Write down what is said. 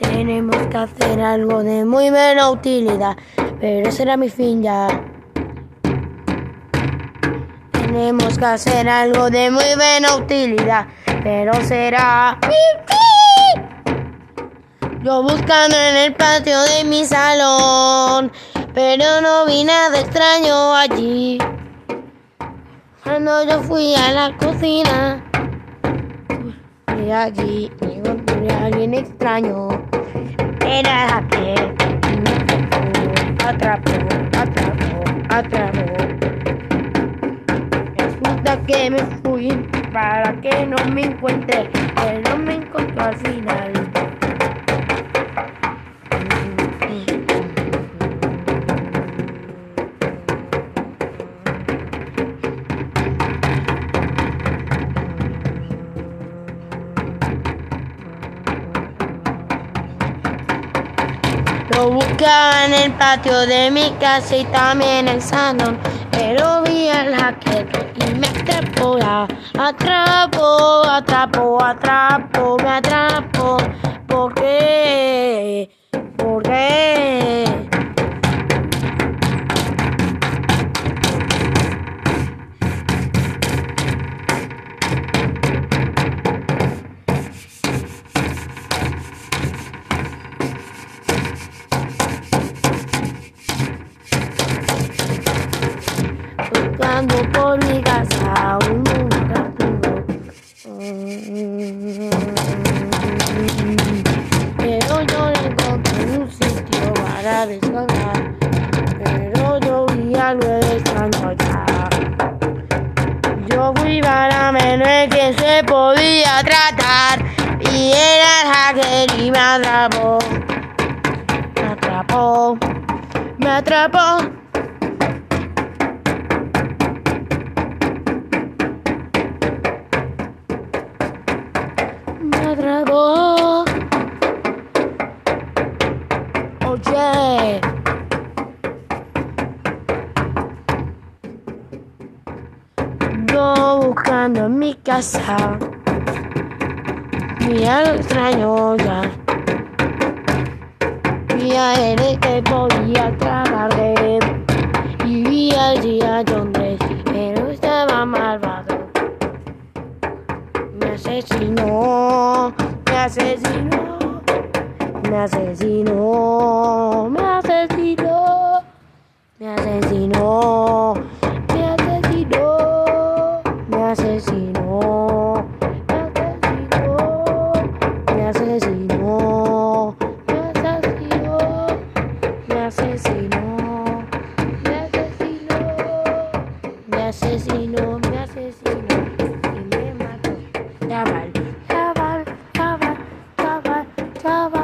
Tenemos que hacer algo de muy buena utilidad, pero será mi fin ya. Tenemos que hacer algo de muy buena utilidad, pero será mi fin. Yo buscando en el patio de mi salón, pero no vi nada extraño allí. Cuando yo fui a la cocina, y allí me encontré a alguien extraño. Era aquel que me atrapó. Resulta que me fui para que no me encuentre, pero me encontró al final. Lo buscaba en el patio de mi casa y también en el salón, pero vi al hacker y me atrapó, me atrapó. ¿Por qué? ¿Por qué? Buscando por mi casa un lugar seguro, pero yo no encontré un sitio para descansar, pero yo vi algo extraño allá. Yo fui para ver quién se podía tratar y era el hacker y me atrapó. Me atrapó. Oye, yo buscando en mi casa, vi algo extraño ya. Vi a él que podía trabajar de él y vi allí a John Drake, pero estaba malvado. Me asesinó. Y me mató. Chaval.